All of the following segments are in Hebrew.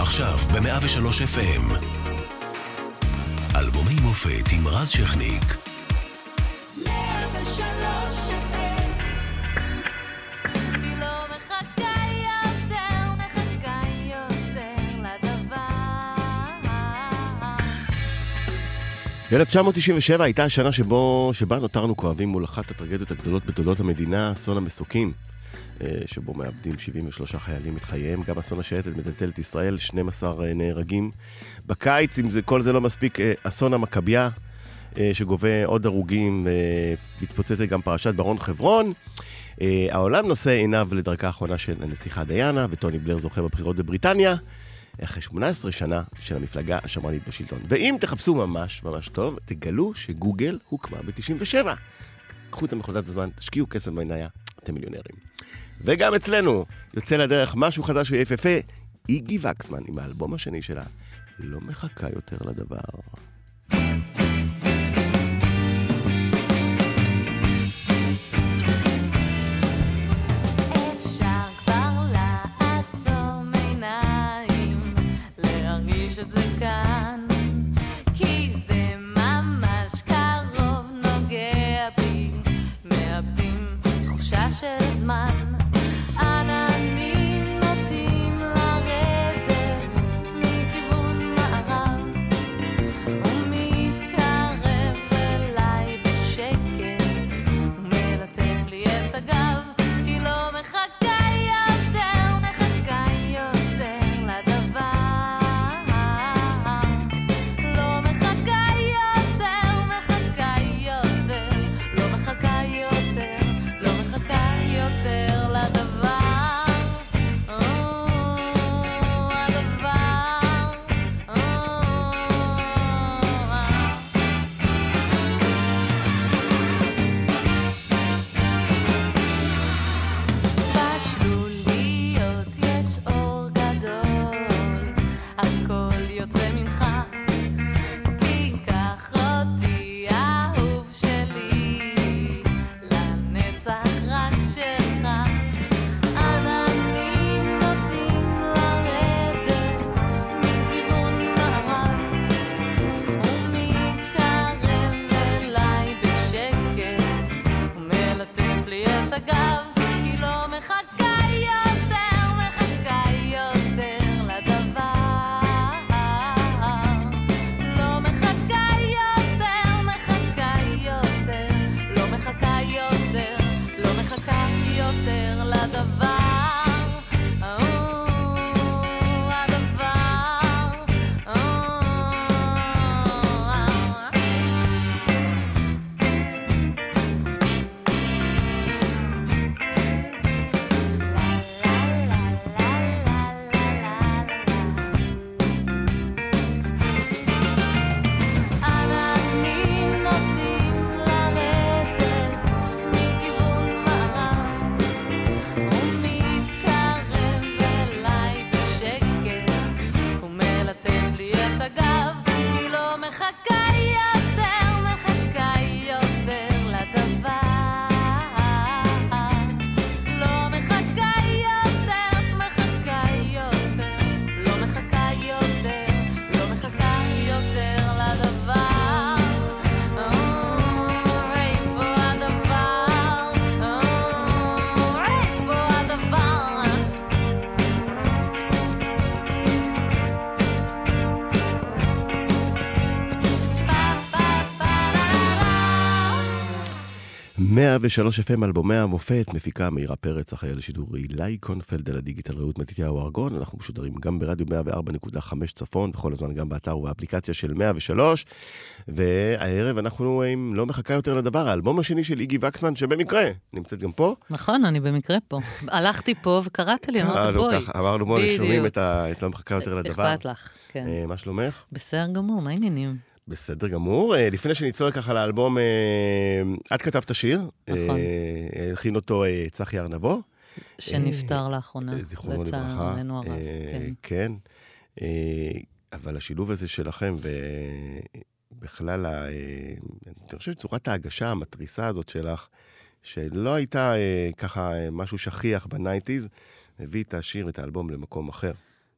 עכשיו ב-103 FM. אלבומי מופת עם רז שכניק. 103 FM. ולא מחכה יותר, מחכה יותר לדבר. 1997 הייתה השנה שבה נותרנו כואבים מול אחת הטרגדיות הגדולות בתולדות המדינה, אסון המסוקים, שבו מאבדים 73 חיילים את חייהם, גם אסון השייטת מטלטל את ישראל, 12 נהרגים. בקיץ, אם כל זה לא מספיק, אסון המכביה, שגובה עוד הרוגים, מתפוצצת גם פרשת ברון חברון. העולם נושא עיניו לדרכה האחרונה של הנסיכה דיאנה, וטוני בלר זוכה בבחירות בבריטניה, אחרי 18 שנה של המפלגה השמרנית בשלטון. ואם תחפשו ממש ממש טוב, תגלו שגוגל הוקמה ב-97. קחו את המחוזת הזמן, תשקיעו כסף בעינייה, אתם מיליונרים. וגם אצלנו יוצא לדרך משהו חדש ויפהפה, איגי וקסמן עם האלבום השני שלה, לא מחכה יותר לדבר. אפשר כבר לעצום עיניים, להרגיש את זה כאן, כי זה ממש קרוב, נוגע בי, מאבדים תחושה של זמן. עננים נוטים לרדת מכיוון מערב, ומתקרב אליי בשקט, ומלטף לי את הגב, כי לא מחכה יותר, מחכה יותר לדבר. לא מחכה יותר, מחכה יותר, לא מחכה יותר, לא מחכה יותר לדבר. בשלוליות יש אור גדול, הכל יוצא ממך, תיקח אותי אהוב שלי, לנצח רק שלך. עננים נוטים לרדת מכיוון מערב, ומתקרב אליי בשקט, ומלטף לי את הגב, כי לא מחכה יותר, מחכה יותר לדבר. לא מחכה יותר, מחכה יותר, לא מחכה יותר, לא מחכה יותר לדבר. עננים נוטים לרדת מכיוון מערב, ומתקרב אליי בשקט, ומלטף לי את הגב, כי לא מחכה יותר, מחכה יותר לדבר. לא מחכה יותר, מחכה יותר, לא מחכה יותר, לא מחכה יותר לדבר. איפה הדבר? איפה הדבר? פה פה פה 103 FM אלבומי המופת, מפיקה מאירה פרץ, אחראי לשידור אילי קונפלד, על הדיגיטל רעות מתתיהו ארגון. אנחנו משודרים גם ברדיו 104.5 צפון, בכל הזמן גם באתר ובאפליקציה של 103, והערב אנחנו עם לא מחכה יותר לדבר, האלבום השני של איגי וקסמן, שבמקרה נמצאת גם פה. נכון, אני במקרה פה. הלכתי פה וקראת לי, אמרת בואי. אמרנו בואי, שומעים את לא מחכה יותר לדבר. אכפת לך, כן. מה שלומך? בסדר גמור, מה העניינים? בסדר גמור. לפני שנצלול ככה לאלבום, את כתבת שיר. נכון. הכין אותו צחי ארנבו. שנפטר לאחרונה. זיכרונו לברכה. לצערנו הרב, כן. כן. אבל השילוב הזה שלכם, ובכלל, אני חושב צורת ההגשה המטריסה הזאת שלך, שלא הייתה ככה משהו שכיח בנייטיז, הביא את השיר, את האלבום למקום אחר.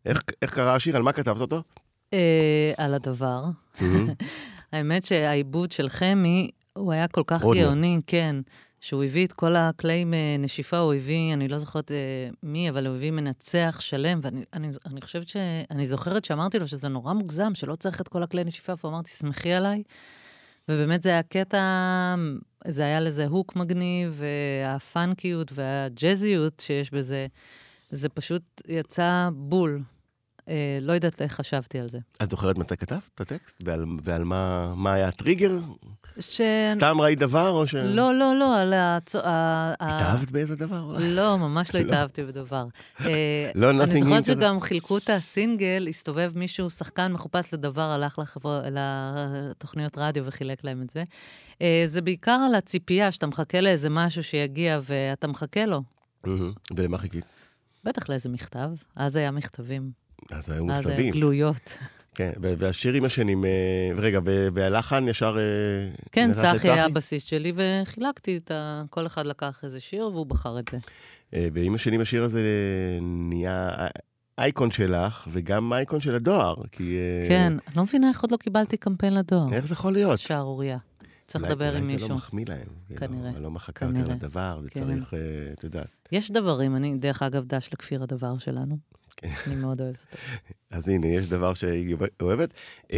איך קרה השיר? על מה כתבת אותו? על הדבר. האמת שהעיבוד של חמי, הוא היה כל כך גאוני, כן, שהוא הביא את כל הכלי נשיפה, הוא הביא, אני לא זוכרת מי, אבל הוא הביא מנצח שלם, ואני חושבת אני זוכרת שאמרתי לו שזה נורא מוגזם, שלא צריך את כל הכלי נשיפה, ואמרתי, שמחי עליי, ובאמת זה היה קטע, זה היה לזה הוק מגניב, והפאנקיות והג'זיות שיש בזה, זה פשוט יצא בול. לא יודעת איך חשבתי על זה. את זוכרת מתי כתבת את הטקסט? ועל מה היה הטריגר? סתם ראית דבר או ש... לא, על התאהבת באיזה דבר? לא, ממש לא התאהבתי בדבר. אני זוכרת שגם חילקו את הסינגל, הסתובב מישהו, שחקן מחופש לדבר, הלך לתוכניות רדיו וחילק להם את זה. זה בעיקר על הציפייה, שאתה מחכה לאיזה משהו שיגיע ואתה מחכה לו. ולמה חיכית? בטח לאיזה מכתב. אז היה מכתבים. אז היו מכתבים. אז היה גלויות. כן, והשיר עם השנים, ורגע, והלחן ישר... כן, צחי היה הבסיסט שלי, וחילקתי את כל אחד לקח איזה שיר, והוא בחר את זה. ועם השנים השיר הזה נהיה אייקון שלך, וגם אייקון של הדואר, כי... כן, אני לא מבינה איך עוד לא קיבלתי קמפיין לדואר. איך זה יכול להיות? שערוריה. צריך לדבר עם מישהו. זה לא מחמיא להם. כנראה. לא מחכה יותר לדבר, זה צריך, אתה יודעת. יש דברים, אני דרך אגב דש לכפיר הדבר שלנו. אני מאוד אוהבת אותו. אז הנה, יש דבר שהיא אוהבת.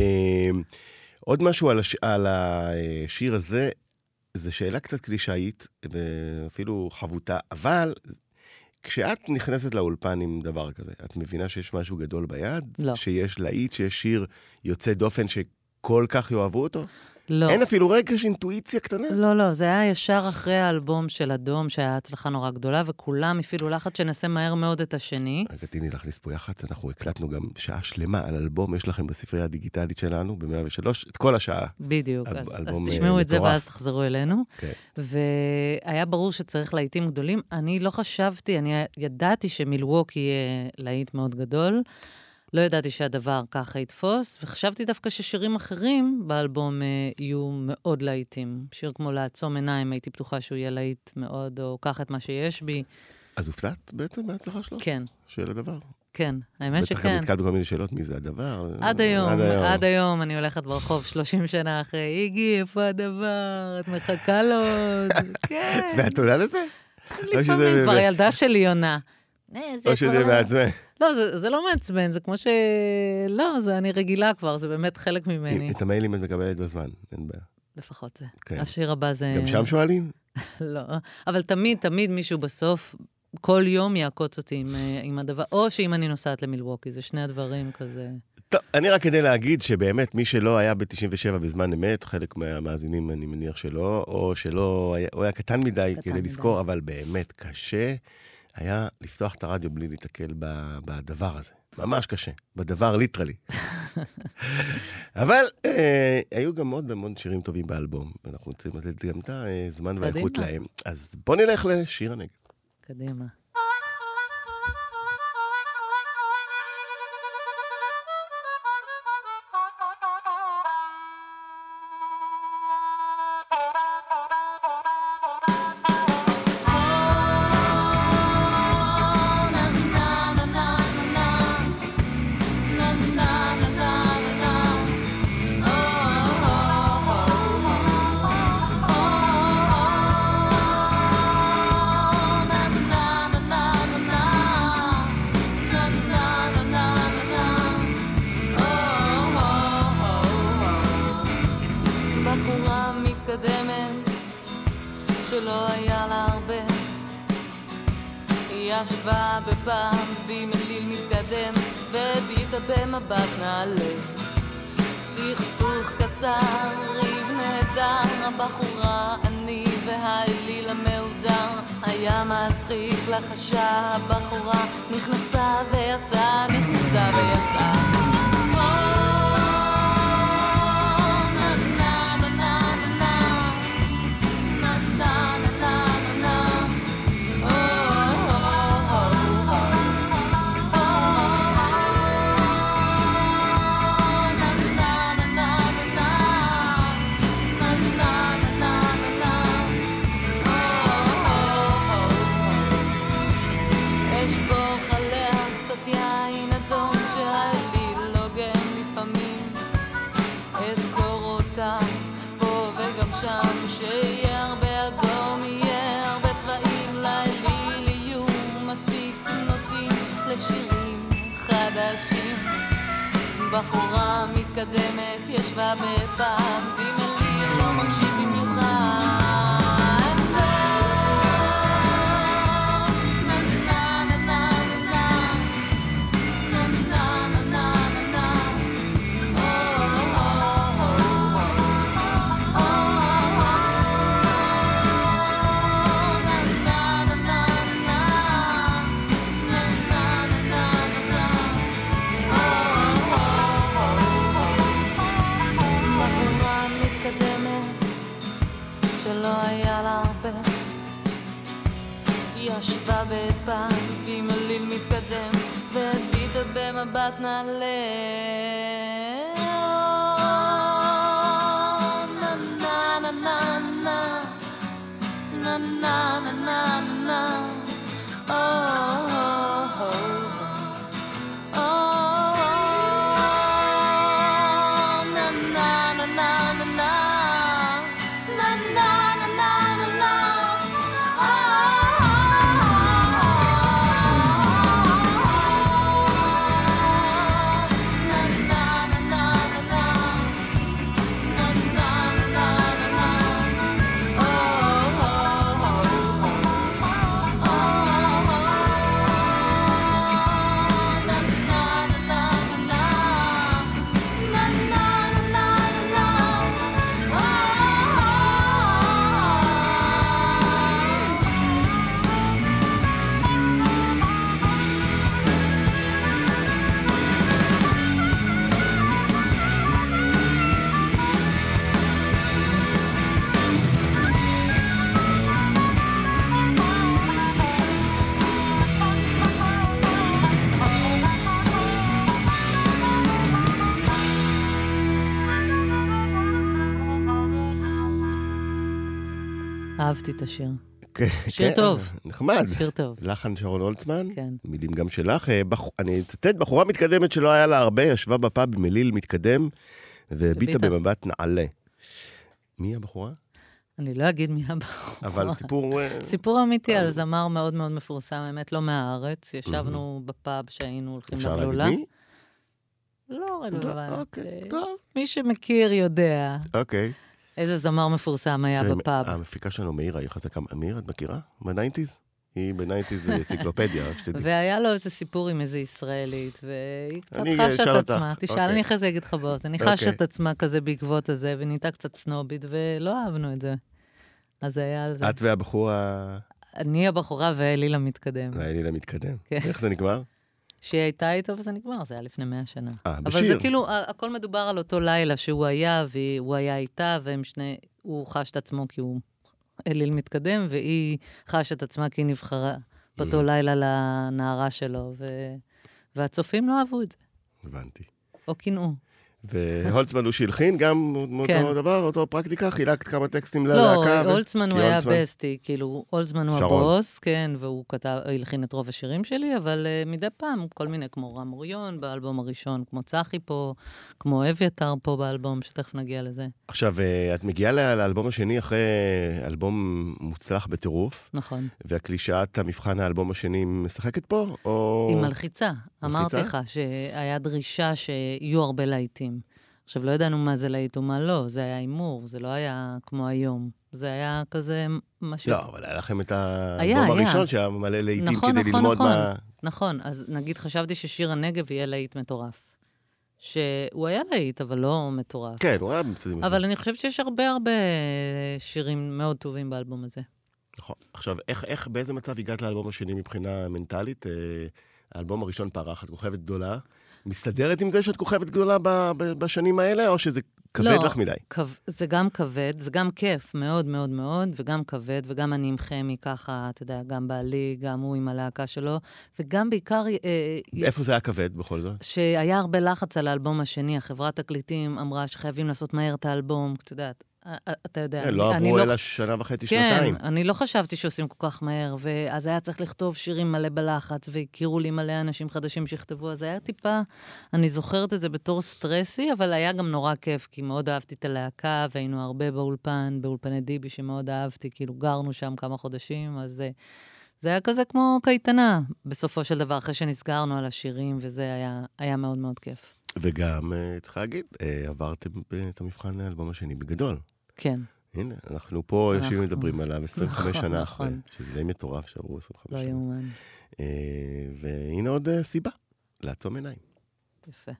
עוד משהו על השיר הזה, זו שאלה קצת קלישאית, ואפילו חבוטה, אבל כשאת נכנסת לאולפן עם דבר כזה, את מבינה שיש משהו גדול ביד? לא. שיש להיט, שיש שיר יוצא דופן שכל כך יאהבו אותו? לא. אין אפילו רגע אינטואיציה קטנה? לא, זה היה ישר אחרי האלבום של אדום, שהיה הצלחה נורא גדולה, וכולם הפעילו לחץ שנעשה מהר מאוד את השני. רגע, תני להכניס פה יח"צ, אנחנו הקלטנו גם שעה שלמה על אלבום, יש לכם בספרייה הדיגיטלית שלנו, ב-103, את כל השעה. בדיוק, אז תשמעו את זה ואז תחזרו אלינו. והיה ברור שצריך להיטים גדולים. אני לא חשבתי, אני ידעתי שמילווקי יהיה להיט מאוד גדול, לא ידעתי שהדבר ככה יתפוס, וחשבתי דווקא ששירים אחרים באלבום יהיו מאוד להיטים. שיר כמו לעצום עיניים, הייתי פתוחה שהוא יהיה להיט מאוד, או קח את מה שיש בי. אז הופתעת בעצם מההצלחה שלו? כן. של הדבר? כן, האמת שכן. בטח גם נתקל בכל מיני שאלות, מי זה הדבר? עד היום אני הולכת ברחוב 30 שנה אחרי, איגי, איפה הדבר? את מחכה לו? כן. ואת עולה לזה? לפעמים כבר ילדה שלי עונה. או שזה מעצבן. לא, זה לא מעצבן, זה כמו לא, אני רגילה כבר, זה באמת חלק ממני. את המיילים את מקבלת בזמן, אין בעיה. לפחות זה. השיר הבא זה... גם שם שואלים? לא, אבל תמיד מישהו בסוף, כל יום יעקוץ אותי עם הדבר, או שאם אני נוסעת למילווקי, זה שני הדברים כזה. טוב, אני רק כדי להגיד שבאמת מי שלא היה ב-97 בזמן אמת, חלק מהמאזינים אני מניח שלא, או שלא, הוא היה קטן מדי כדי לזכור, אבל באמת קשה היה לפתוח את הרדיו בלי להתקל בדבר הזה. ממש קשה, בדבר ליטרלי. אבל היו גם עוד המון שירים טובים באלבום, ואנחנו צריכים לתת גם את הזמן והאיכות להם. אז בוא נלך לשיר הנגב. קדימה. שלא היה לה הרבה, היא ישבה בפעם במליל מתקדם וביטה במבט נעלה. סכסוך קצר, ריב נהדר, הבחורה אני והאליל המהודר. היה מצחיק לחשה, הבחורה נכנסה ויצאה, נכנסה ויצאה. רעשים. בחורה מתקדמת ישבה בפאב עם אליל לא מרשים במיוחד. ישבה בפעם עם אליל מתקדם והביטה במבט נעלה. נה נה נה נה נה נה נה נה נה נה אהבתי את השיר. שיר טוב. נחמד. שיר טוב. לחן שרון הולצמן. כן. מילים גם שלך. אני אצטט, בחורה מתקדמת שלא היה לה הרבה, ישבה בפאב עם אליל מתקדם, והביטה במבט נעלה. מי הבחורה? אני לא אגיד מי הבחורה. אבל סיפור... סיפור אמיתי על זמר מאוד מאוד מפורסם, האמת לא מהארץ. ישבנו בפאב שהיינו הולכים לגלולה. אפשר להגיד מי? לא רלוונטי. אוקיי, טוב. מי שמכיר יודע. אוקיי. איזה זמר מפורסם היה בפאב. המפיקה שלנו, מאירה, היא חזקה. אמיר, את מכירה? בניינטיז? היא בניינטיז אנציקלופדיה, רק שתדעי. והיה לו איזה סיפור עם איזה ישראלית, והיא קצת אני חשה אשאל את עצמה. אותך. תשאל, אני אחרי זה אגיד לך בוס. אני חשה את עצמה כזה בעקבות הזה, ונהייתה קצת סנובית, ולא אהבנו את זה. אז היה על זה. את והבחורה... אני הבחורה והאליל המתקדם. והאליל המתקדם. כן. איך זה נגמר? שהיא הייתה איתו וזה נגמר, זה היה לפני 100 שנה. בשיר. אבל זה כאילו, הכל מדובר על אותו לילה שהוא היה, והוא היה איתה, הוא חש את עצמו כי הוא אליל מתקדם, והיא חש את עצמה כי היא נבחרה באותו לילה לנערה שלו, והצופים לא אהבו את זה. הבנתי. או קינאו. והולצמן הוא שהלחין גם אותו דבר, אותו פרקטיקה, חילקת כמה טקסטים ללהקה. לא, הולצמן הוא היה בסטי, כאילו, הולצמן הוא הבוס, כן, והוא הלחין את רוב השירים שלי, אבל מדי פעם, כל מיני, כמו רם אוריון באלבום הראשון, כמו צחי פה, כמו אביתר פה באלבום, שתכף נגיע לזה. עכשיו, את מגיעה לאלבום השני אחרי אלבום מוצלח בטירוף. נכון. והקלישאת המבחן האלבום השני משחקת פה, או... עם מלחיצה. אמרתי לך שהיה דרישה שיהיו הרבה להיטים. עכשיו, לא ידענו מה זה להיט ומה לא, זה היה אימור, זה לא היה כמו היום. זה היה כזה משהו... לא, אבל היה לכם את האלבום הראשון שהיה מלא להיטים כדי ללמוד מה... נכון, אז נגיד חשבתי ששיר הנגב יהיה להיט מטורף. שהוא היה להיט, אבל לא מטורף. כן, הוא היה בסדר. אבל אני חושבת שיש הרבה שירים מאוד טובים באלבום הזה. נכון. עכשיו, איך באיזה מצב הגעת לאלבום השני מבחינה מנטלית? האלבום הראשון פרח, את כוכבת גדולה. מסתדרת עם זה שאת כוכבת גדולה בשנים האלה, או שזה כבד לך מדי? לא, זה גם כבד, זה גם כיף מאוד מאוד מאוד, וגם כבד, וגם אני עם חמי ככה, אתה יודע, גם בעלי, גם הוא עם הלהקה שלו, וגם בעיקר... איפה זה היה כבד בכל זאת? שהיה הרבה לחץ על האלבום השני, החברת תקליטים אמרה שחייבים לעשות מהר את האלבום, אתה יודעת. אתה יודע, לא עברו אלא שנה וחצי, שנתיים. כן, אני לא חשבתי שעושים כל כך מהר, ואז היה צריך לכתוב שירים מלא בלחץ, והכירו לי מלא אנשים חדשים שיכתבו, אז היה טיפה, אני זוכרת את זה בתור סטרסי, אבל היה גם נורא כיף, כי מאוד אהבתי את הלהקה, והיינו הרבה באולפני דיבי שמאוד אהבתי, כאילו גרנו שם כמה חודשים, אז זה היה כזה כמו קייטנה, בסופו של דבר, אחרי שנסגרנו על השירים, וזה היה מאוד מאוד כיף. וגם, צריך להגיד, עברתם את המבחן האלבום השני בגדול. כן. הנה, אנחנו פה יושבים מדברים עליו 25 שנה אחרי, נכון. שזה די מטורף שעברו 25 לא שנה. יאומן. והנה עוד סיבה, לעצום עיניים. יפה.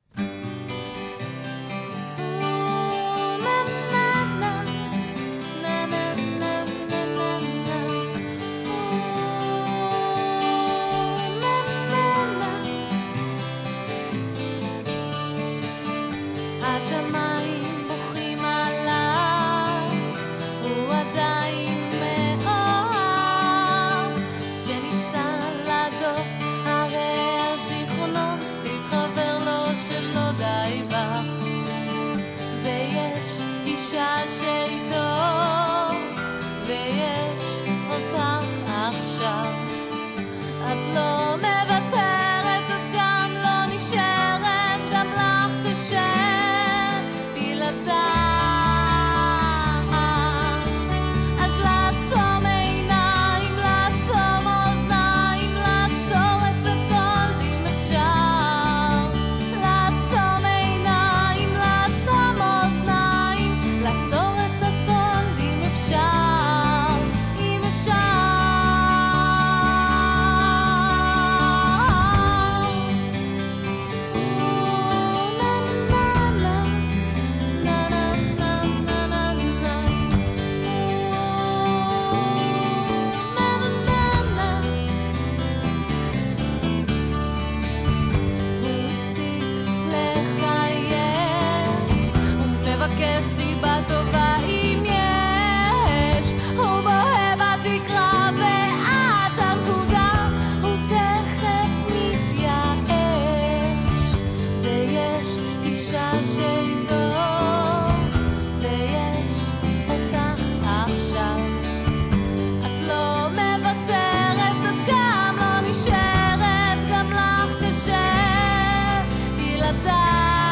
השמיים בוכים עליו, הוא עדיין מאוהב, שניסה לדוף, הרי הזיכרונות תתחבר לו שלא די בה, ויש אישה שאיתו, ויש אותך עכשיו, את לא מוותרת, את גם לא נשארת, גם לך קשה אז לעצום עיניים, לעצום אוזניים, לעצור את הכל אם אפשר, לעצום עיניים, לעצום אוזניים, לעצור את הכל אם אפשר, אם אפשר. סיבה טובה אם יש, הוא בוהה בתקרה ואת הנקודה, הוא תכף מתייאש, ויש אישה שאיתו, ויש אותך עכשיו, את לא מוותרת, את גם לא נשארת, גם לך קשה בלעדיי.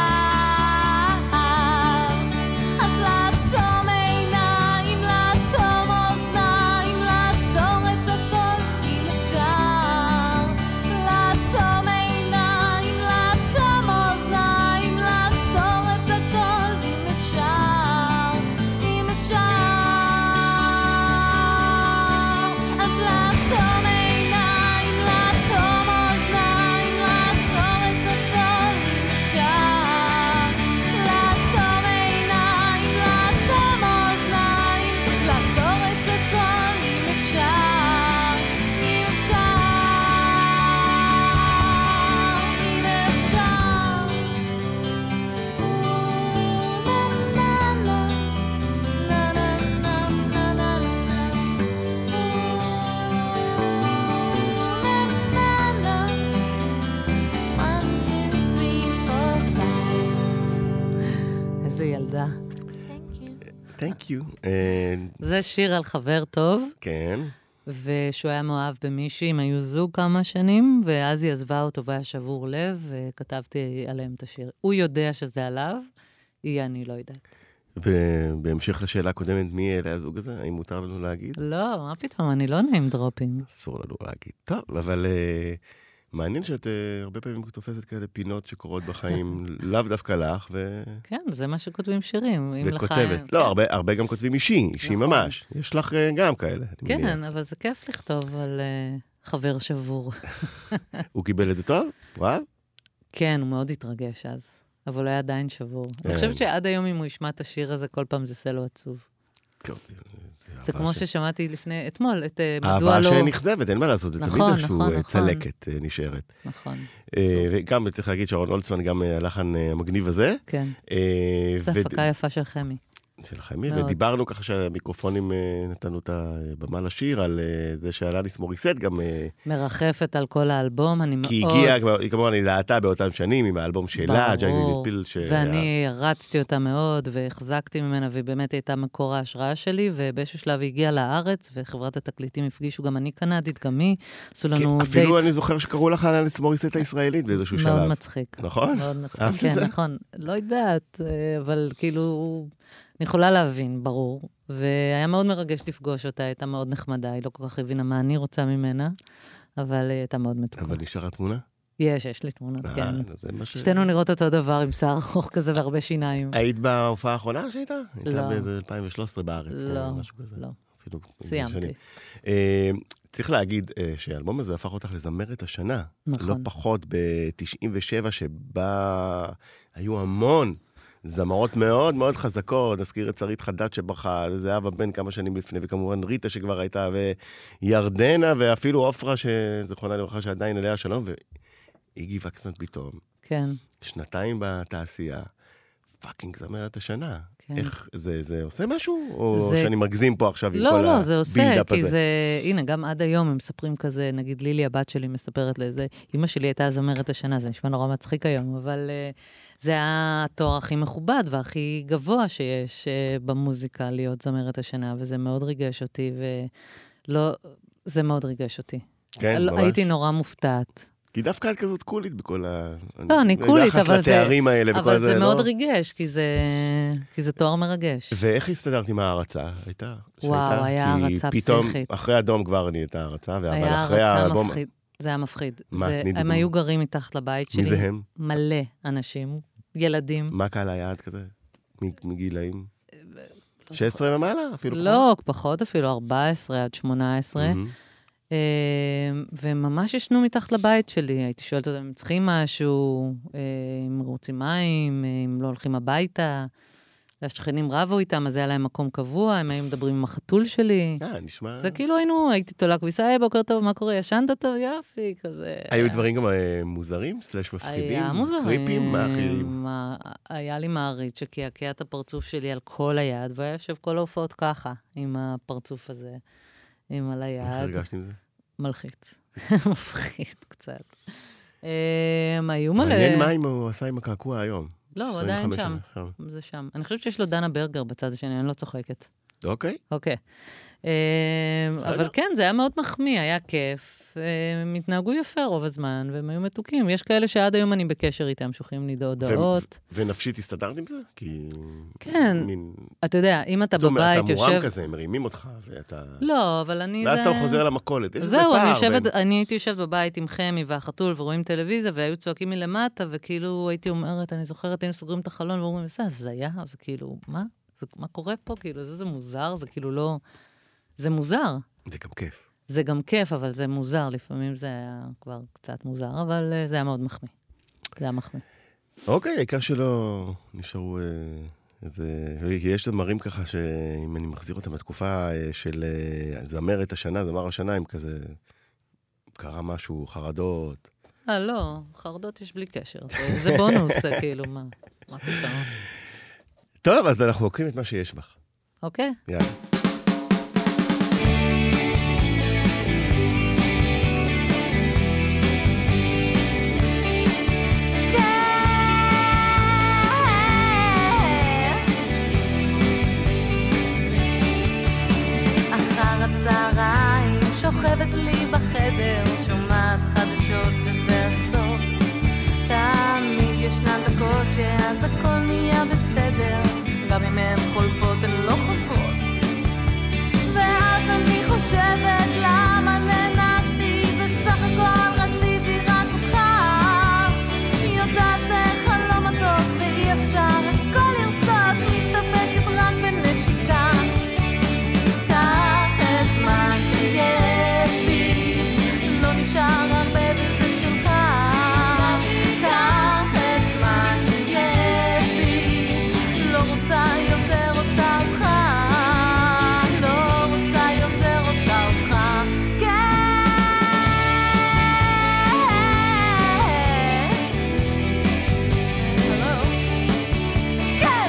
Thank you. זה שיר על חבר טוב. כן. ושהוא היה מאוהב במישהי, הם היו זוג כמה שנים, ואז היא עזבה אותו והיה שבור לב, וכתבתי עליהם את השיר. הוא יודע שזה עליו, אני לא יודעת. ובהמשך לשאלה הקודמת, מי אלה הזוג הזה? האם מותר לנו להגיד? לא, מה פתאום, אני לא נעים דרופינג. אסור לנו להגיד. טוב, אבל מעניין שאת הרבה פעמים תופסת כאלה פינות שקורות בחיים, לאו דווקא לך, כן, זה מה שכותבים שירים. וכותבת. לא, הרבה גם כותבים אישי ממש. יש לך גם כאלה. כן, אבל זה כיף לכתוב על חבר שבור. הוא קיבל את זה טוב? וואו? כן, הוא מאוד התרגש אז. אבל הוא היה עדיין שבור. אני חושבת שעד היום אם הוא ישמע את השיר הזה, כל פעם זה עושה לו עצוב. זה כמו ששמעתי לפני, אתמול, את מדוע לא... אהבה שנכזבת, אין מה לעשות, זה תמיד איזשהו צלקת נשארת. נכון. וגם צריך להגיד שרון אולצמן, גם הלחן המגניב הזה. כן. זה הפקה יפה של חמי. של חמי, ודיברנו ככה שהמיקרופונים נתנו את הבמה לשיר, על זה שאלניס מוריסט גם... מרחפת על כל האלבום, אני מאוד... כי היא כמובן, היא להטה באותם שנים עם האלבום שלה, ג'ייני ליפיל, ואני רצתי אותה מאוד, והחזקתי ממנה, והיא באמת הייתה מקור ההשראה שלי, ובאיזשהו שלב היא הגיעה לארץ, וחברת התקליטים הפגישו, גם אני קנדית, גם היא, עשו לנו דייט. אפילו אני זוכר שקראו לך אלניס מוריסט הישראלית באיזשהו שלב. מאוד מצחיק. נכון? מאוד מצחיק, כן, נכון. לא יודעת, אבל כאילו... אני יכולה להבין, ברור. והיה מאוד מרגש לפגוש אותה, הייתה מאוד נחמדה, היא לא כל כך הבינה מה אני רוצה ממנה, אבל הייתה מאוד מתוקה. אבל נשארה תמונה? יש לי תמונות, כן. זה מה שתינו נראות אותו דבר עם שיער ארוך כזה והרבה שיניים. היית בהופעה האחרונה שהייתה? לא. הייתה באיזה 2013 בארץ. לא, משהו כזה. לא. אפילו סיימתי. צריך להגיד שהאלבום הזה הפך אותך לזמרת השנה. נכון. לא פחות ב-97, שבה היו המון זמרות מאוד מאוד חזקות. נזכיר את שרית חדד שברחה, זהבה בן כמה שנים לפני, וכמובן ריטה שכבר הייתה, וירדנה, ואפילו עופרה, שזכרונה לברכה שעדיין אליה שלום, והיא וקסנט פתאום. כן. 2 בתעשייה. פאקינג זמרת השנה. כן. איך, זה עושה משהו? או שאני מגזים פה עכשיו עם כל הבילדאפ הזה? לא, זה עושה, כי זה, הנה, גם עד היום הם מספרים כזה, נגיד לילי, הבת שלי מספרת לזה, אמא שלי הייתה זמרת השנה, זה נשמע נורא מצחיק היום, אבל זה התואר הכי מכובד והכי גבוה שיש במוזיקה להיות זמרת השנה, וזה מאוד ריגש אותי, זה מאוד ריגש אותי. כן, ממש. הייתי נורא מופתעת. כי דווקא את כזאת קולית בכל ה... לא, אני קולית, אבל זה מאוד לא... ריגש, כי זה תואר מרגש. ואיך הסתדרת עם ההרצה? וואו, היה הרצה פסיכית. פתאום, אחרי אדום כבר נהייתה הרצה, אבל אחרי האלבום... זה היה מפחיד. הם היו גרים מתחת לבית שלי. מי זה הם? מלא אנשים, ילדים. מה קהל היעד כזה? מגילאים? 16 ומעלה? אפילו פחות? לא, פחות אפילו, 14 עד 18. וממש ישנו מתחת לבית שלי. הייתי שואלת אותם אם צריכים משהו, אם רוצים מים, אם לא הולכים הביתה. השכנים רבו איתם, אז היה להם מקום קבוע, הם היו מדברים עם החתול שלי. נשמע... זה כאילו הייתי תולה כביסה, בוקר טוב, מה קורה? ישנת טוב? יופי, כזה. היו דברים גם מוזרים? סלש מפחידים? היה מוזרים. קריפים? מה אחרים? היה לי מעריץ שקעקע את הפרצוף שלי על כל היד, והיה יושב כל ההופעות ככה, עם הפרצוף הזה, עם על היד. איך הרגשת עם זה? מלחיץ. מפחיד קצת. היו מלא... מעניין מה אם הוא עשה עם הקעקוע היום. לא, הוא עדיין שם. זה שם. אני חושבת שיש לו דנה ברגר בצד השני, אני לא צוחקת. אוקיי. אוקיי. אבל כן, זה היה מאוד מחמיא, היה כיף. הם התנהגו יפה רוב הזמן, והם היו מתוקים. יש כאלה שעד היום אני בקשר איתם, שולחים לי הודעות. ונפשית הסתדרת עם זה? כן. אתה יודע, אם אתה בבית יושב... אתה מורם כזה, מרימים אותך, ואתה... לא, אבל אני... ואז אתה חוזר למכולת. זהו, אני הייתי יושבת בבית עם חמי והחתול, ורואים טלוויזיה, והיו צועקים מלמטה, וכאילו הייתי אומרת, אני זוכרת, היינו סוגרים את החלון, ואומרים, זה היה, זה כאילו, מה קורה פה? כאילו, זה מוזר, זה כאילו לא... זה מוזר. זה גם כיף. זה גם כיף, אבל זה מוזר. לפעמים זה היה כבר קצת מוזר, אבל זה היה מאוד מחמיא. זה היה מחמיא. אוקיי, העיקר שלא נשארו איזה... יש דמרים ככה שאם אני מחזיר אותם לתקופה של זמרת השנה, זמר השנה, אם כזה קרה משהו, חרדות. לא, חרדות יש בלי קשר. זה בונוס, כאילו, מה פתאום? טוב, אז אנחנו לוקחים את מה שיש בך. אוקיי. יאללה. שוכבת לי בחדר, שומעת חדשות וזה הסוף. תמיד ישנן דקות שאז הכל נהיה בסדר, גם אם הן חולפות הן לא חוזרות. ואז אני חושבת למה נענשתי, בסך הכל רציתי רק אותך. יודעת זה חלום הטוב ואי אפשר הכל לרצות, מסתפקת רק בנשיקה. קח את מה שיש נשאר הרבה וזה שלך. קח את מה שיש בי, לא רוצה יותר רוצה אותך, לא רוצה יותר רוצה אותך. כן, כן,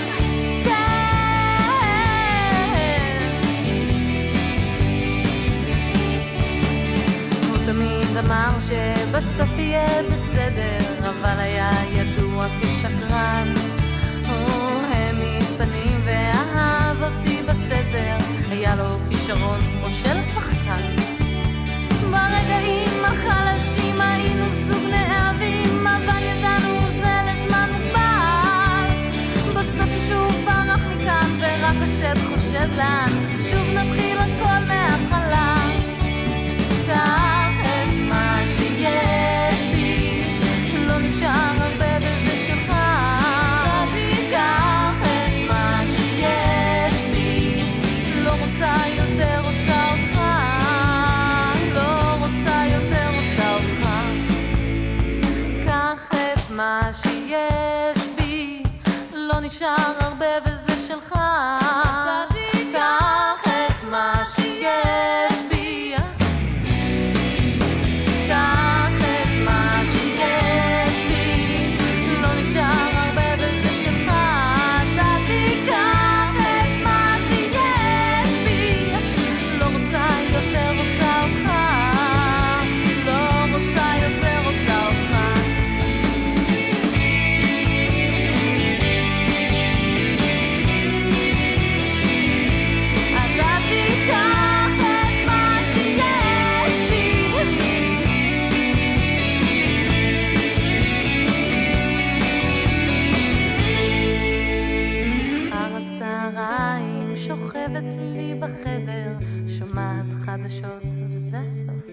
כן. הוא תמיד אמר שבסוף יהיה בסדר, אבל היה ידוע כשקרן. הוא העמיד פנים ואהב אותי בסתר, היה לו כישרון כמו של שחקן. ברגעים החלשים היינו סוג נאהבים, אבל ידענו זה לזמן מוגבל. בסוף ששוב ברח מכאן ורק מה שיש בי, לא נשאר הרבה וזה שלך. קח את מה שיש בי, קח את מה שיש בי, לא נשאר הרבה וזה שלך. אתה תיקח את מה שיש בי, לא רוצה יותר, רוצה אותך, לא רוצה יותר, רוצה אותך. אתה תיקח את מה שיש בי, אחר הצהריים שוכבת לי בחדר, שומעת חדשות וזה הסוף.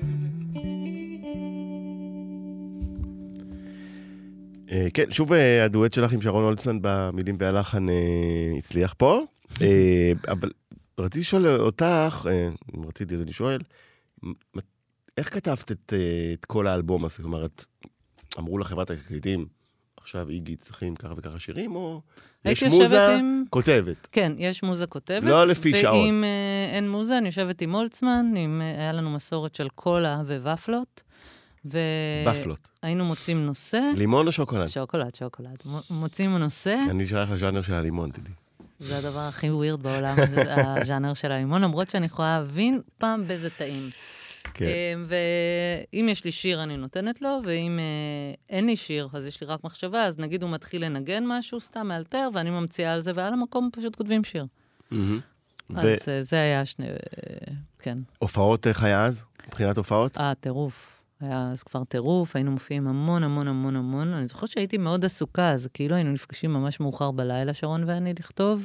כן, שוב הדואט שלך עם שרון הולצלנד במילים והלחן הצליח פה, אבל רציתי לשאול אותך, אם רציתי אז אני שואל, איך כתבת את כל האלבום הזה? זאת אומרת, אמרו לחברת התקליטים, עכשיו איגי צריכים ככה וככה שירים, או יש מוזה כותבת? כן, יש מוזה כותבת. לא לפי שעות. ואם אין מוזה, אני יושבת עם הולצמן, היה לנו מסורת של קולה וופלות. בפלות. היינו מוצאים נושא. לימון או שוקולד? שוקולד, שוקולד. מוצאים נושא. אני שייך לז'אנר של הלימון, תדעי. זה הדבר הכי ווירד בעולם, זה הז'אנר של הלימון, למרות שאני יכולה להבין פעם באיזה טעים. כן. ואם יש לי שיר, אני נותנת לו, ואם אין לי שיר, אז יש לי רק מחשבה, אז נגיד הוא מתחיל לנגן משהו, סתם מאלתר, ואני ממציאה על זה, ועל המקום פשוט כותבים שיר. אז זה היה כן. הופעות איך היה אז? מבחינת הופעות? טירוף. היה אז כבר טירוף, היינו מופיעים המון, המון, המון, המון. אני זוכרת שהייתי מאוד עסוקה, אז כאילו היינו נפגשים ממש מאוחר בלילה, שרון ואני לכתוב.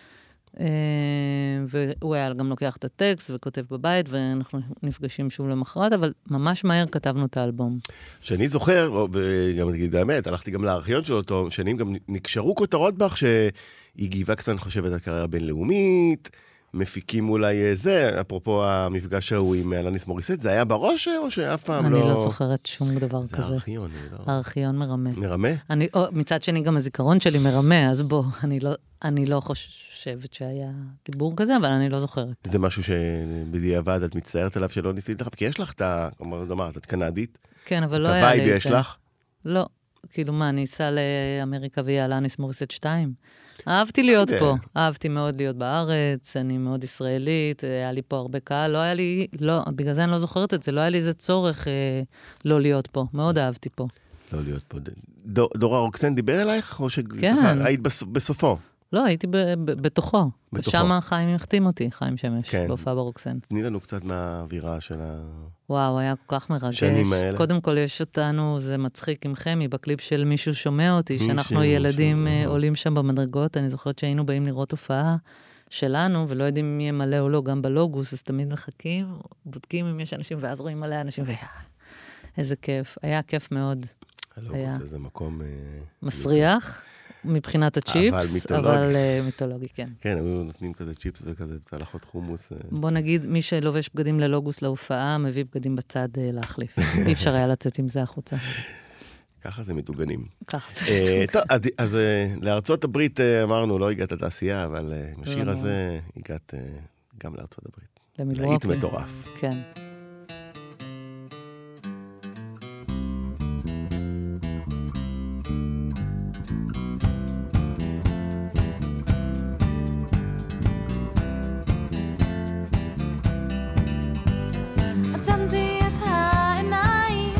והוא היה גם לוקח את הטקסט וכותב בבית, ואנחנו נפגשים שוב למחרת, אבל ממש מהר כתבנו את האלבום. שאני זוכר, וגם נגיד האמת, הלכתי גם לארכיון של אותו שנים, גם נקשרו כותרות בך שהיא וקסמן חושבת על קריירה בינלאומית, מפיקים אולי זה, אפרופו המפגש ההוא עם אלניס מוריסט, זה היה בראש או שאף פעם לא... אני לא זוכרת שום דבר כזה. זה הארכיון, לא... הארכיון מרמה. מרמה? מצד שני גם הזיכרון שלי מרמה, אז בוא, אני לא חושבת שהיה דיבור כזה, אבל אני לא זוכרת. זה משהו שבדיעבד את מצטערת עליו שלא ניסית לך, כי יש לך את את קנדית. כן, אבל לא היה לי את זה. את הווייב יש לך? לא. כאילו מה, אני אסע לאמריקה ויהיה אלניס מוריסט 2? אהבתי להיות פה, אהבתי מאוד להיות בארץ, אני מאוד ישראלית, היה לי פה הרבה קהל, לא היה לי, לא, בגלל זה אני לא זוכרת את זה, לא היה לי איזה צורך לא להיות פה, מאוד אהבתי פה. לא להיות פה. דורה רוקסן דיבר אלייך, או שהיית בסופו? לא, הייתי בתוכו. ושם חיים החתים אותי, חיים שמש, בהופעה ברוקסן. תני לנו קצת מהאווירה של וואו, היה כל כך מרגש. שנים האלה. קודם כל יש אותנו, זה מצחיק עם חמי, בקליפ של מישהו שומע אותי, שאנחנו ילדים עולים שם במדרגות, אני זוכרת שהיינו באים לראות הופעה שלנו, ולא יודעים מי ימלא או לא, גם בלוגוס, אז תמיד מחכים, בודקים אם יש אנשים, ואז רואים מלא אנשים, איזה כיף. היה כיף מאוד. הלוגוס זה מקום... מסריח. מבחינת הצ'יפס, אבל מיתולוגי, כן. כן, היו נותנים כזה צ'יפס וכזה צלחות חומוס. בוא נגיד, מי שלובש בגדים ללוגוס להופעה, מביא בגדים בצד להחליף. אי אפשר היה לצאת עם זה החוצה. ככה זה מתוגנים. ככה זה מתוגנים. טוב, אז לארצות הברית אמרנו, לא הגעת לתעשייה, אבל עם השיר הזה הגעת גם לארצות הברית. למילווקי. להיט מטורף. כן. עצמתי את העיניים,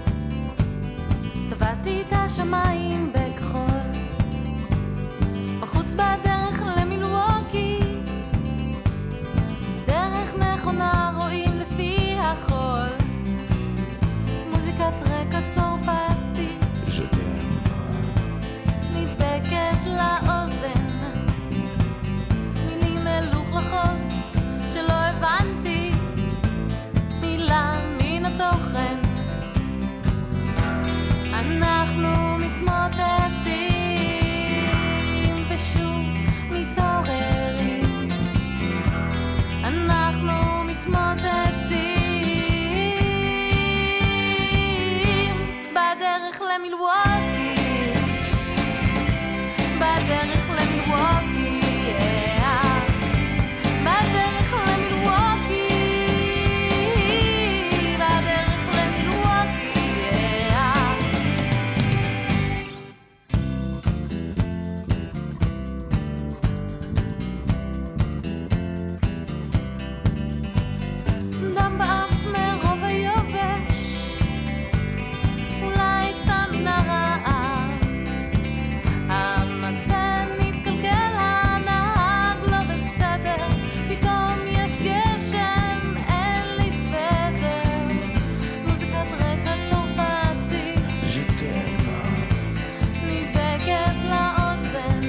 צבעתי את השמיים בכחול, בחוץ בדרך למילווקי, דרך נכונה רואים לפי החול, מוזיקת רקע צרפתי נדבקת לאוזן, מילים מלוכלכות שלא הבנתי מן התוכן, אנחנו מתמוטטים ושוב מתעוררים, אנחנו מתמוטטים בדרך למילווקי. בדרך למילווקי, בדרך למילווקי, בדרך למילווקי, דם באף מרוב היובש, אולי סתם מן הרעב, המצפן מתקלקל, הנהג לא בסדר, פתאום יש גשם, אין לי סוודר, מוזיקת רקע צרפתית נדבקת לאוזן,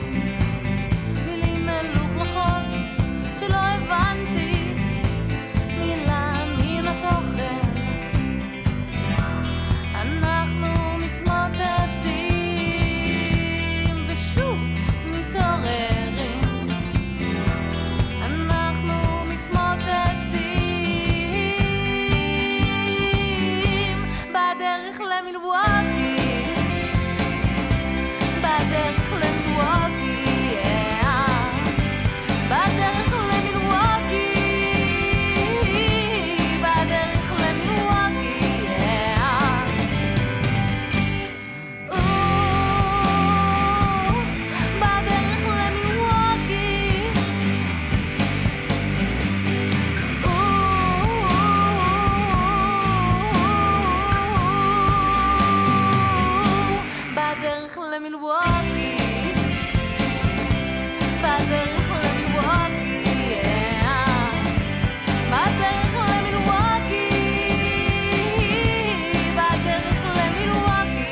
מילים מלוכלכות שלא הבנתי מילה מן התוכן, אנחנו מתמוטטים ושוב מתעוררים, אנחנו מתמוטטים בדרך למילווקי, בדרך למילווקי, בדרך למילווקי, בדרך למילווקי, בדרך למילווקי, בדרך למילווקי, בדרך למילווקי, בדרך למילווקי, בדרך למילווקי,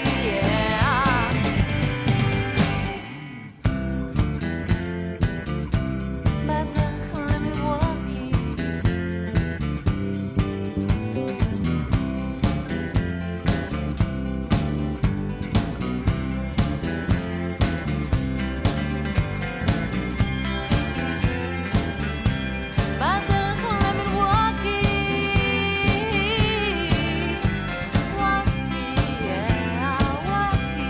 בדרך למילווקי. בדרך למילווקי, ווקי, ווקי,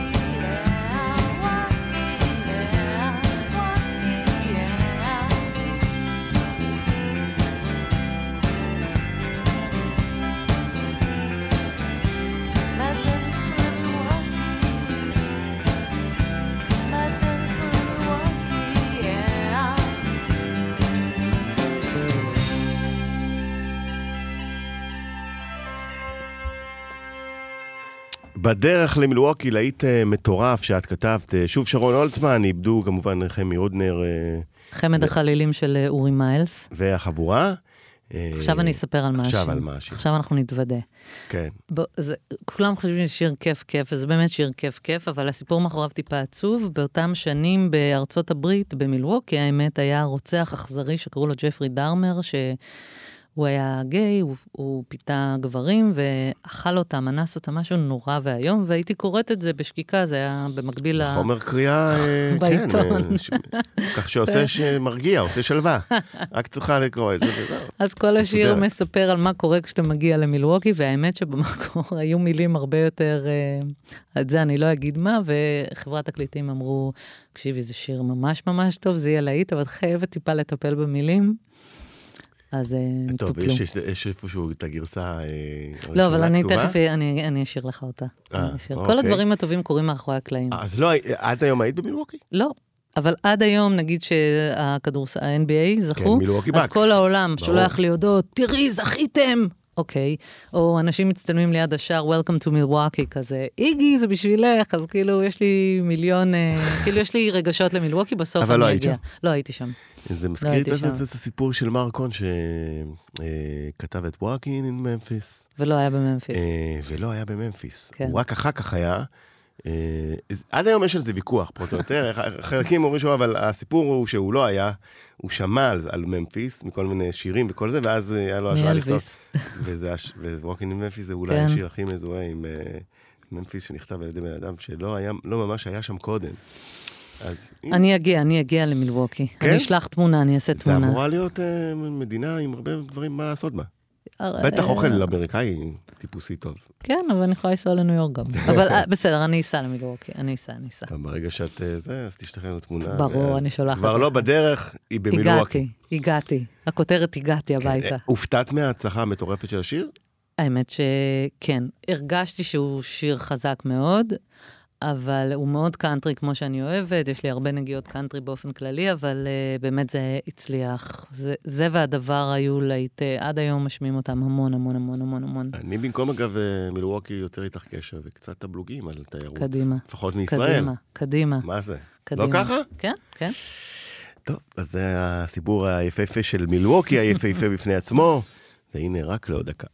בדרך למילווקי, להיט מטורף שאת כתבת. שוב שרון הולצמן, איבדו כמובן חמי אודנר. חמד החלילים של אורי מיילס. והחבורה. עכשיו אני אספר על משהו. עכשיו על משהו. עכשיו אנחנו נתוודא. כן. כולם חושבים ששיר כיף, וזה באמת שיר כיף, אבל הסיפור מאחוריו טיפה עצוב. באותם שנים בארצות הברית, במילווקי, האמת היה רוצח אכזרי שקראו לו ג'פרי דרמר, הוא היה גיי, הוא פיתה גברים, ואכל אותם, אנס אותם, משהו נורא והיום, והייתי קוראת את זה בשקיקה, זה היה במקביל חומר קריאה, בעיתון. כך שעושה שמרגיע, עושה שלווה. רק צריכה לקרוא את זה. אז כל השיר מספר על מה קורה כשאתה מגיע למילווקי, והאמת שבמקור היו מילים הרבה יותר, את זה אני לא אגיד מה, וחברת תקליטים אמרו, תקשיבי, זה שיר ממש ממש טוב, זה יהיה להיט, אבל חייבת טיפה לטפל במילים. אז טוב, יש איפשהו את הגרסה לא, אבל אני תכף, אני אשאיר לך אותה. כל הדברים הטובים קורים מאחורי הקלעים. אז לא, עד היום היית במילווקי? לא, אבל עד היום, נגיד שהכדורסל, ה-NBA זכו, אז כל העולם שולח לי הודעות, תראי, זכיתם! אוקיי, או אנשים מצטלמים ליד השער, Welcome to Milwaukee, כזה, איגי, זה בשבילך, אז כאילו, יש לי מיליון, כאילו, יש לי רגשות למילווקי, בסוף אני אגיע. לא הייתי שם. זה מזכיר את הסיפור של מרקון, שכתב את Walking in Memphis. ולא היה בממפיס. ולא היה בממפיס. הוא רק אחר כך היה. עד היום יש על זה ויכוח, פרוט או יותר. חלקים אומרים שהוא, אבל הסיפור הוא שהוא לא היה, הוא שמע על ממפיס, מכל מיני שירים וכל זה, ואז היה לו השראה לכתוב. ו-Walking in Memphis זה אולי השיר הכי מזוהה עם ממפיס, שנכתב על ידי בן אדם שלא ממש היה שם קודם. אני אגיע למילווקי. אני אשלח תמונה, אני אעשה תמונה. זה אמורה להיות מדינה עם הרבה דברים מה לעשות בה. בטח אוכל אמריקאי טיפוסי טוב. כן, אבל אני יכולה לנסוע לניו יורק גם. אבל בסדר, אני אסע למילווקי, אני אסע. ברגע שאת זה, אז תשלח לנו תמונה. ברור, אני שולחת. כבר לא בדרך, היא במילווקי. הגעתי. הכותרת הגעתי הביתה. הופתעת מההצלחה המטורפת של השיר? האמת שכן. הרגשתי שהוא שיר חזק מאוד, אבל הוא מאוד קאנטרי כמו שאני אוהבת, יש לי הרבה נגיעות קאנטרי באופן כללי, אבל באמת זה הצליח. זה והדבר היו עד היום משמיעים אותם המון, המון, המון, המון, המון. אני במקום אגב מילווקי יוצר איתך קשר, וקצת תבלוגים על תיירות. קדימה. לפחות מישראל. קדימה. מה זה? קדימה. לא ככה? כן, כן. טוב, אז זה הסיפור היפהפה של מילווקי, היפהפה בפני עצמו, והנה רק לעוד דקה.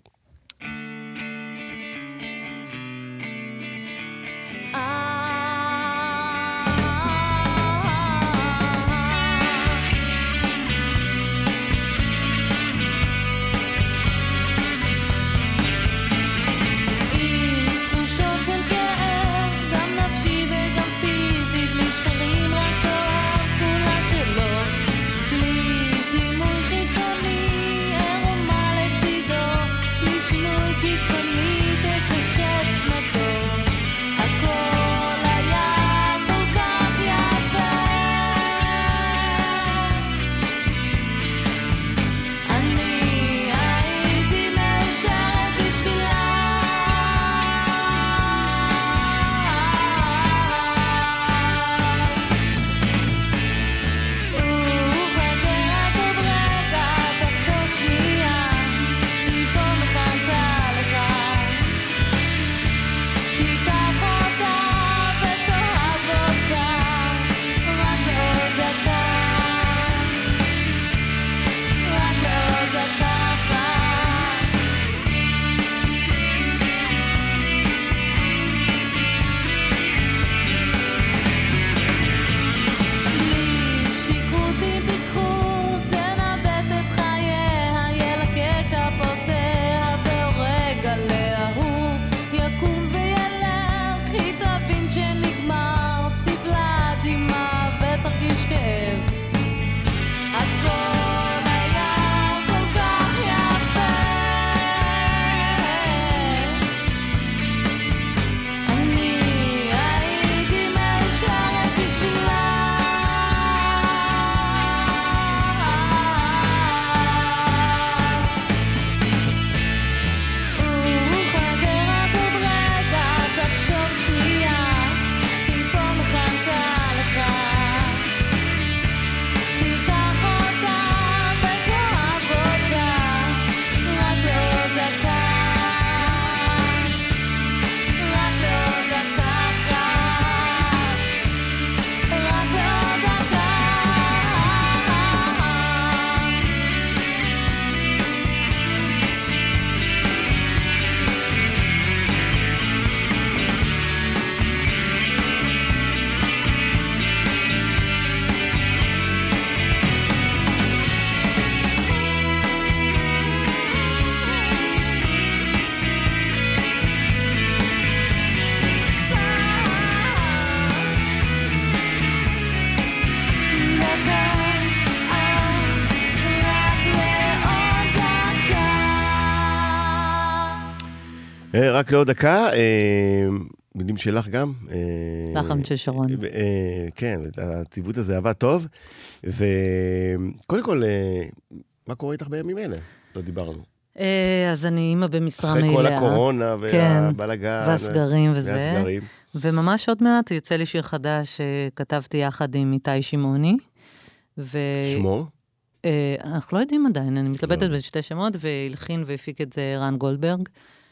רק לעוד דקה, מילים שלך גם. לחם של שרון. כן, הציוות הזה עבד טוב. וקודם כל, מה קורה איתך בימים אלה? לא דיברנו. אז אני אימא במשרה מלאה. אחרי כל הקורונה והבלגן. והסגרים וזה. וממש עוד מעט יוצא לי שיר חדש שכתבתי יחד עם איתי שמעוני. שמו? אנחנו לא יודעים עדיין, אני מתלבטת בין שתי שמות, והלחין והפיק את זה רן גולדברג.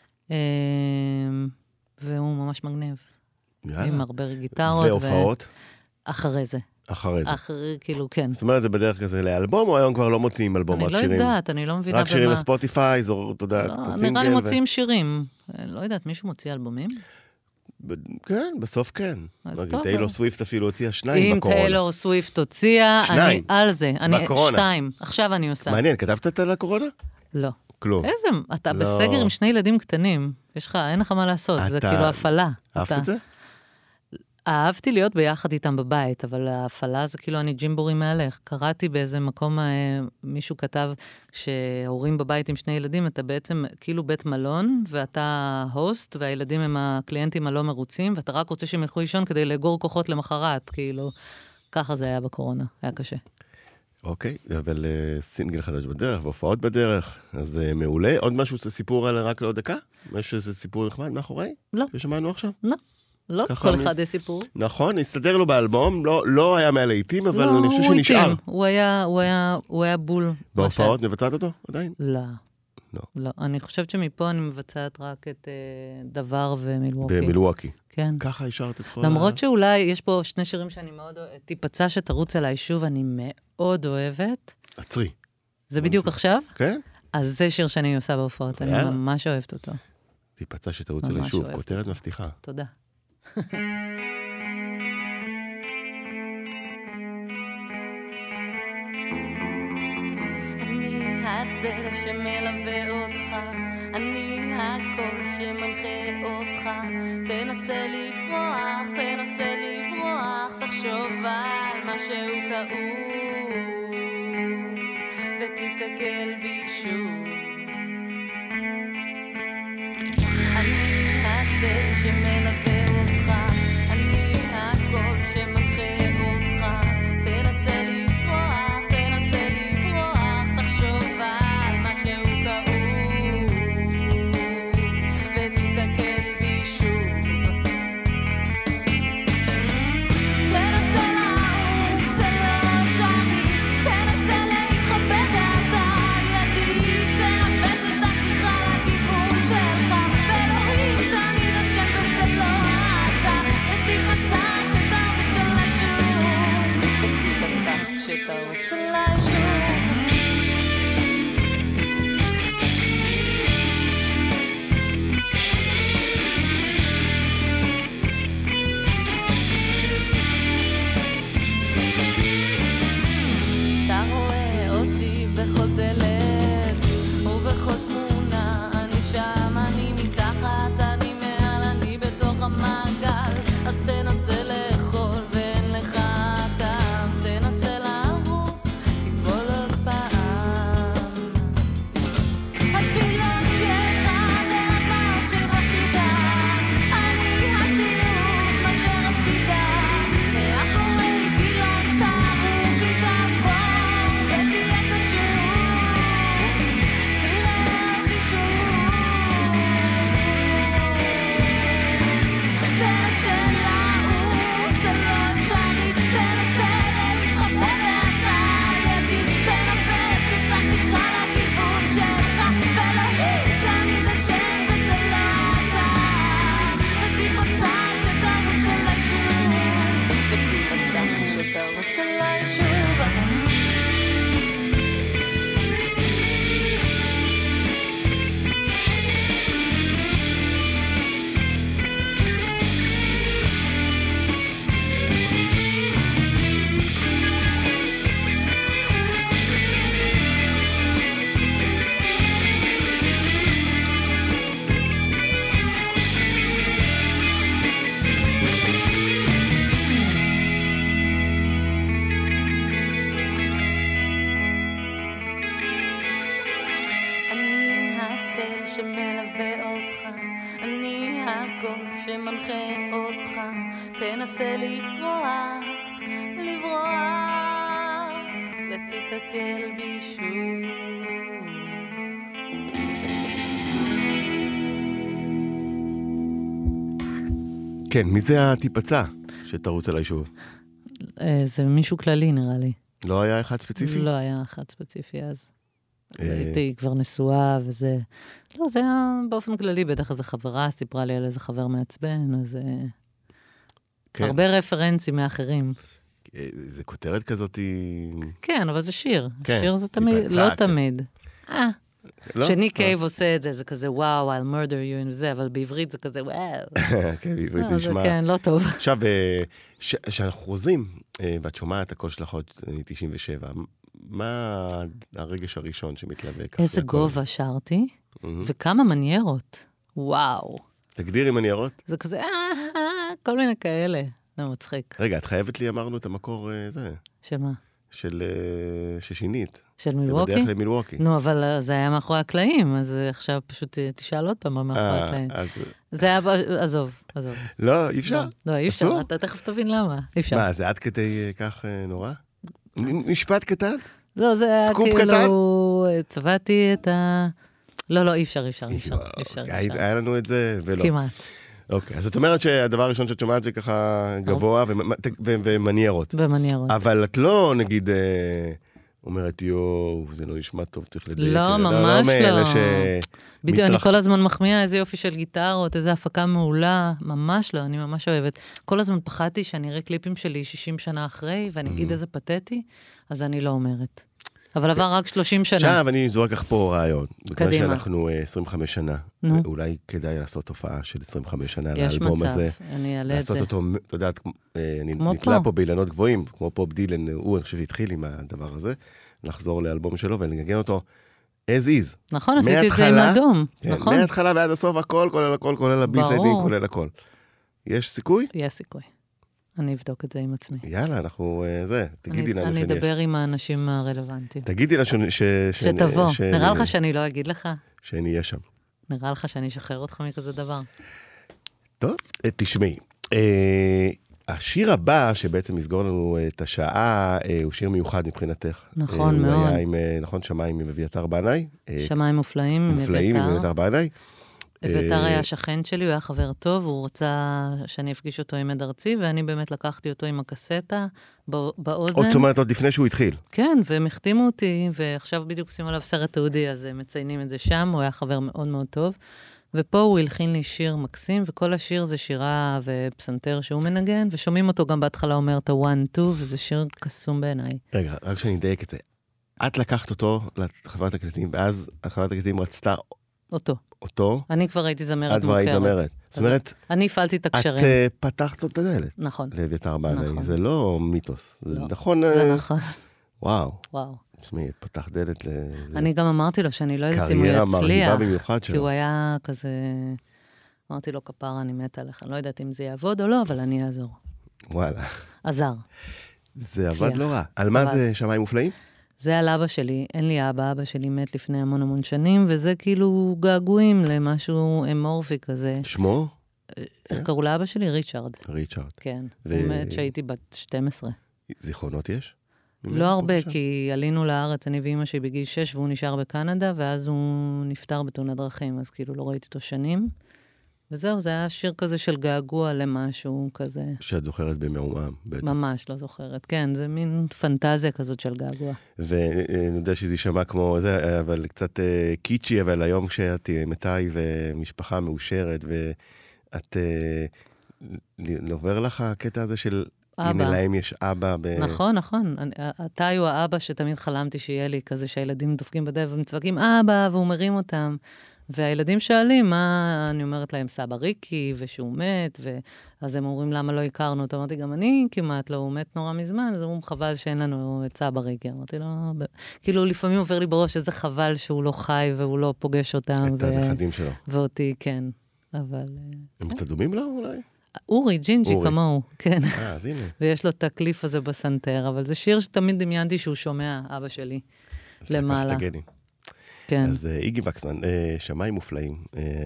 והוא ממש מגניב. עם הרבה גיטרות. והופעות? אחרי זה. אחרי זה. אחרי, כאילו, כן. זאת אומרת, זה בדרך כזה לאלבום, או היום כבר לא מוציאים אלבום, רק שירים? אני לא יודעת, אני לא מבינה במה. רק שירים לספוטיפיי, זו, אתה יודע, סינגל. נראה לי מוציאים שירים. לא יודעת, מישהו מוציא אלבומים? כן, בסוף כן. טיילור סוויפט אפילו הוציאה 2 בקורונה. אם טיילור סוויפט הוציאה, אני על זה. בקורונה. 2, עכשיו אני עושה. מעניין, כתבת על הקורונה? לא. כלום. איזה, אתה בסגר עם 2 ילדים קטנים. אין לך מה לעשות, זה כאילו הפעלה. אהבת את זה? אהבתי להיות ביחד איתם בבית, אבל ההפעלה זה כאילו אני ג'ימבורי מהלך. קראתי באיזה מקום, מישהו כתב שהורים בבית עם שני ילדים, אתה בעצם כאילו בית מלון, ואתה הוסט, והילדים הם הקליינטים הלא מרוצים, ואתה רק רוצה שהם ילכו לישון כדי לאגור כוחות למחרת, כאילו, ככה זה היה בקורונה, היה קשה. אוקיי, אבל סינגל חדש בדרך, והופעות בדרך, אז מעולה. עוד משהו, זה סיפור על רק לעוד דקה? משהו, זה סיפור נחמד מאחורי? לא. ששמענו עכשיו? לא. לא, כל אחד יש סיפור. נכון, הסתדר לו באלבום, לא היה מהלהיטים, אבל אני חושב שנשאר. הוא היה בול. בהופעות מבצעת אותו עדיין? לא. אני חושבת שמפה אני מבצעת רק את דבר ומילווקי. במילווקי. כן. ככה השארת את כל למרות שאולי יש פה שני שירים שאני מאוד אוהבת. תיפצע שתרוץ אליי שוב, אני מאוד אוהבת. עצרי. זה בדיוק עכשיו? כן. אז זה שיר שאני עושה בהופעות, אני ממש אוהבת אותו. תיפצע שתרוץ אליי שוב, כותרת מבטיחה. תודה. אני הצל שמלווה אותך, אני הקול שמנחה אותך, תנסה לצרוח, תנסה לברוח, תחשוב על משהו כאוב ותתקל בי שוב. אני הצל שמלווה אותך, אני הקול שמנחה אותך, תנסה לצרוח, תנסה לברוח, תחשוב על משהו כאוב ותתקל בי שוב. תנסה לעוף, זה לא אפשרי, תנסה להתחבא ואתה על ידי, תנווט את השיחה לכיוון שלך, ואלוהים תמיד אשם וזה לא אתה, ותיפצע כשתרוץ אליי שוב, ותיפצע כשתרוץ אליי שוב. אתה רואה אותי בכל דלת ובכל תמונה, אני שם, אני מתחת, אני מעל, אני בתוך המעגל, אז תנסה לאכול ואין לך טעם, תנסה לרוץ, תיפול עוד פעם. התפילות שלך והדמעות של בחידה, אני הצילום מה שרצית, מאחורי וילון שרוף ותעבור ותהיה קשור, תראה אותי שוב. תנסה לעוף, זה לא אפשרי, תנסה להתחבא ואתה על ידי, תנווט את השיחה לכיוון שלך, ואלוהים תמיד אשם וזה לא אתה, ותיפצע כשתרוץ אליי שוב, ותיפצע כשתרוץ אליי שוב. אני הצל שמלווה אותך, אני הקול שמנחה אותך, תנסה לצרוח, לברוח ותתקל בי שוב. כן, מי זה התיפצע שתרוץ אליי שוב? זה מישהו כללי נראה לי. לא היה אחד ספציפי? לא היה אחד ספציפי אז. הייתי כבר נשואה וזה... לא, זה היה באופן כללי, בטח איזו חברה סיפרה לי על איזה חבר מעצבן, אז... הרבה רפרנסים מאחרים. זה כותרת כזאת... כן, אבל זה שיר. שיר זה תמיד, לא תמיד. שניק קייב עושה את זה, זה כזה וואו, I'll murder you עם זה, אבל בעברית זה כזה וואו. כן, בעברית זה נשמע. כן, לא טוב. עכשיו, כשאנחנו חוזרים, ואת שומעת הקול שלך עוד 97, מה הרגש הראשון שמתלווה ככה? איזה גובה שרתי, וכמה מניירות. וואו. תגדירי מניירות? זה כזה, כל מיני כאלה. זה מצחיק. רגע, את חייבת לי, אמרנו את המקור זה. של מה? של ששינית. של מילווקי? בדרך למילווקי. נו, אבל זה היה מאחורי הקלעים, אז עכשיו פשוט תשאל עוד פעם מה מאחורי הקלעים. זה היה, עזוב. לא, אי אפשר. לא, אי אפשר, אתה תכף תבין למה. אי אפשר. מה, זה עד כדי כך נורא? משפט קטן? לא, זה היה כאילו, צבעתי את ה... לא, אי אפשר. היה לנו את זה, ולא. כמעט. אוקיי, אז את אומרת שהדבר הראשון שאת שומעת זה ככה גבוה ומניירות. ומניירות. אבל את לא, נגיד, אומרת, זה לא נשמע טוב, צריך לדייק. לא, ממש לא. בדיוק, אני כל הזמן מחמיאה איזה יופי של גיטרות, איזה הפקה מעולה. ממש לא, אני ממש אוהבת. כל הזמן פחדתי שאני אראה קליפים שלי 60 שנה אחרי, ואני אגיד איזה פתטי, אז אני לא אומרת. אבל עבר רק 30 שנה. עכשיו אני זורק לך פה רעיון. בגלל שאנחנו 25 שנה. אולי כדאי לעשות תופעה של 25 שנה לאלבום הזה. יש מצב, אני אעלה את זה. לעשות אותו, אתה יודעת, אני נתלה פה באילנות גבוהים, כמו פופ דילן, הוא אני חושב שהתחיל עם הדבר הזה, לחזור לאלבום שלו ולנגן אותו as is. נכון, עשיתי את זה עם אדום. נכון. מההתחלה ועד הסוף, הכל, כולל הכל, כולל הבי-סיידים, כולל הכל. יש סיכוי? יש סיכוי. אני אבדוק את זה עם עצמי. יאללה, אנחנו, תגידי לנו אני אדבר עם האנשים הרלוונטיים. תגידי לנו שתבוא. נראה לך שאני לא אגיד לך? שאני אהיה שם. נראה לך שאני אשחרר אותך מכזה דבר. טוב, תשמעי. השיר הבא, שבעצם יסגור לנו את השעה, הוא שיר מיוחד מבחינתך. נכון, מאוד. הוא היה עם, נכון, שמיים עם אביתר בנאי. שמיים מופלאים עם מופלאים עם אביתר בנאי. אביתר היה שכן שלי, הוא היה חבר טוב, הוא רצה שאני אפגיש אותו עם עד ארצי, ואני באמת לקחתי אותו עם הקסטה באוזן. זאת אומרת, עוד לפני שהוא התחיל. כן, והם החתימו אותי, ועכשיו בדיוק עושים עליו סרט תעודי, אז מציינים את זה שם, הוא היה חבר מאוד מאוד טוב. ופה הוא הלחין לי שיר מקסים, וכל השיר זה שירה ופסנתר שהוא מנגן, ושומעים אותו גם בהתחלה אומר את ה-1-2, וזה שיר קסום בעיניי. רגע, רק שאני אדייק את זה. את לקחת אותו לחברת הקלטים, ואז חברת הקלטים רצתה אותו. אני כבר הייתי זמרת מוכרת. את כבר היית זמרת. זאת אומרת, אני הפעלתי את הקשרים. את פתחת לו את הדלת. נכון. לאביתר בנאי. זה לא מיתוס. זה נכון. זה נכון. וואו. תשמעי, את פתח דלת אני גם אמרתי לו שאני לא יודעת אם הוא יצליח. קריירה מרהיבה במיוחד שלו. כי הוא היה כזה... אמרתי לו, כפרה, אני מתה עליך. אני לא יודעת אם זה יעבוד או לא, אבל אני אעזור. וואלה. עזר. זה עבד לא רע. על מה זה שמיים מופלאים? זה על אבא שלי. אין לי אבא שלי מת לפני המון שנים, וזה כאילו געגועים למשהו אמורפי כזה. שמו? איך קראו לאבא שלי? ריצ'רד. ריצ'רד. כן. הוא מת שהייתי בת 12. זיכרונות יש? לא הרבה, כי עלינו לארץ, אני ואמא שלי בגיל 6, והוא נשאר בקנדה, ואז הוא נפטר בתאונת דרכים, אז כאילו לא ראיתי אותו שנים. וזהו, זה היה שיר כזה של געגוע למשהו כזה. שאת זוכרת במעומעם, בטח. ממש לא זוכרת, כן, זה מין פנטזיה כזאת של געגוע. ואני יודע שזה יישמע כמו זה, אבל קצת קיצ'י, אבל היום כשאת מתי ומשפחה מאושרת, ואת עובר לך הקטע הזה של... הנה להם יש אבא. נכון. אתה הוא האבא שתמיד חלמתי שיהיה לי כזה שהילדים דופקים בדלת ומצווקים אבא, והוא מרים אותם. והילדים שואלים מה, אני אומרת להם סבא ריקי, ושהוא מת, ואז הם אומרים למה לא הכרנו אותו. אמרתי, גם אני כמעט לא, הוא מת נורא מזמן, אז אומרים חבל שאין לנו את סבא ריקי. אמרתי לו, כאילו לפעמים עובר לי בראש איזה חבל שהוא לא חי והוא לא פוגש אותם. את הנכדים שלו. ואותי, כן. אבל... הם תדומים לו אולי? אורי, ג'ינג'י כמוהו, כן. אז הנה. ויש לו את הקליף הזה בסנטר, אבל זה שיר שתמיד דמיינתי שהוא שומע, אבא שלי, למעלה. אז לקח את הגנים. כן. אז איגי וקסמן, שמיים מופלאים,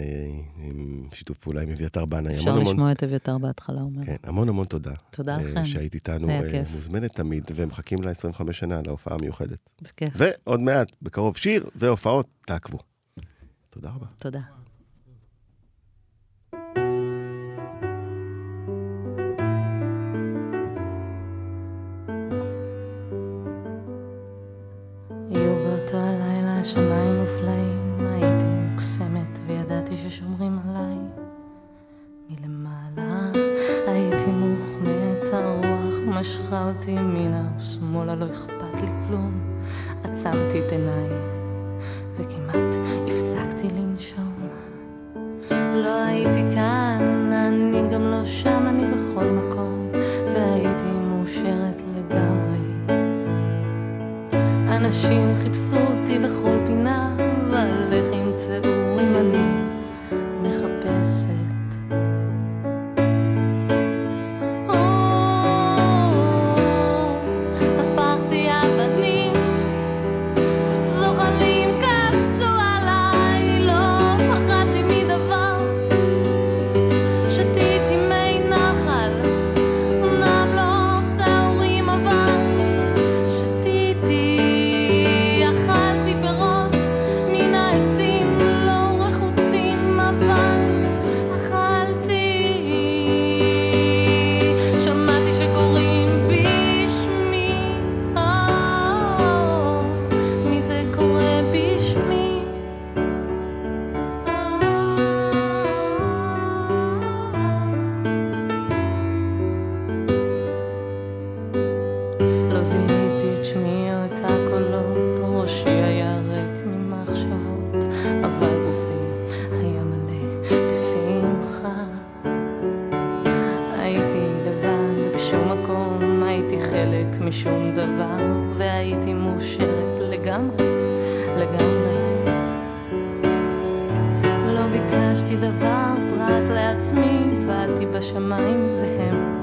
עם שיתוף פעולה עם אביתר בנאי. אפשר לשמוע את אביתר בהתחלה, אומר. כן, המון תודה. תודה לכם. שהיית איתנו, מוזמנת תמיד, ומחכים ל-25 שנה, להופעה מיוחדת. בכיף. ועוד מעט, בקרוב שיר והופעות, תעקבו. תודה רבה. תודה. שמיים מופלאים, הייתי מוקסמת וידעתי ששומרים עליי מלמעלה, הייתי מוחמאת, הרוח משכה אותי ימינה ושמאלה, לא אכפת לי כלום, עצמתי את עיניי וכמעט הפסקתי לנשום. לא הייתי כאן, אני גם לא שם, אני בכל מקום והייתי מאושרת לגמרי. אנשים חיפשו אותי בכל פינה, אבל איך ימצאו אם אני מחפשת? זיהיתי את שמי או את הקולות, ראשי היה ריק ממחשבות, אבל גופי היה מלא בשמחה. הייתי לבד בשום מקום, הייתי חלק משום דבר, והייתי מאושרת לגמרי, לגמרי. לא ביקשתי דבר פרט לעצמי, באתי בשמיים והם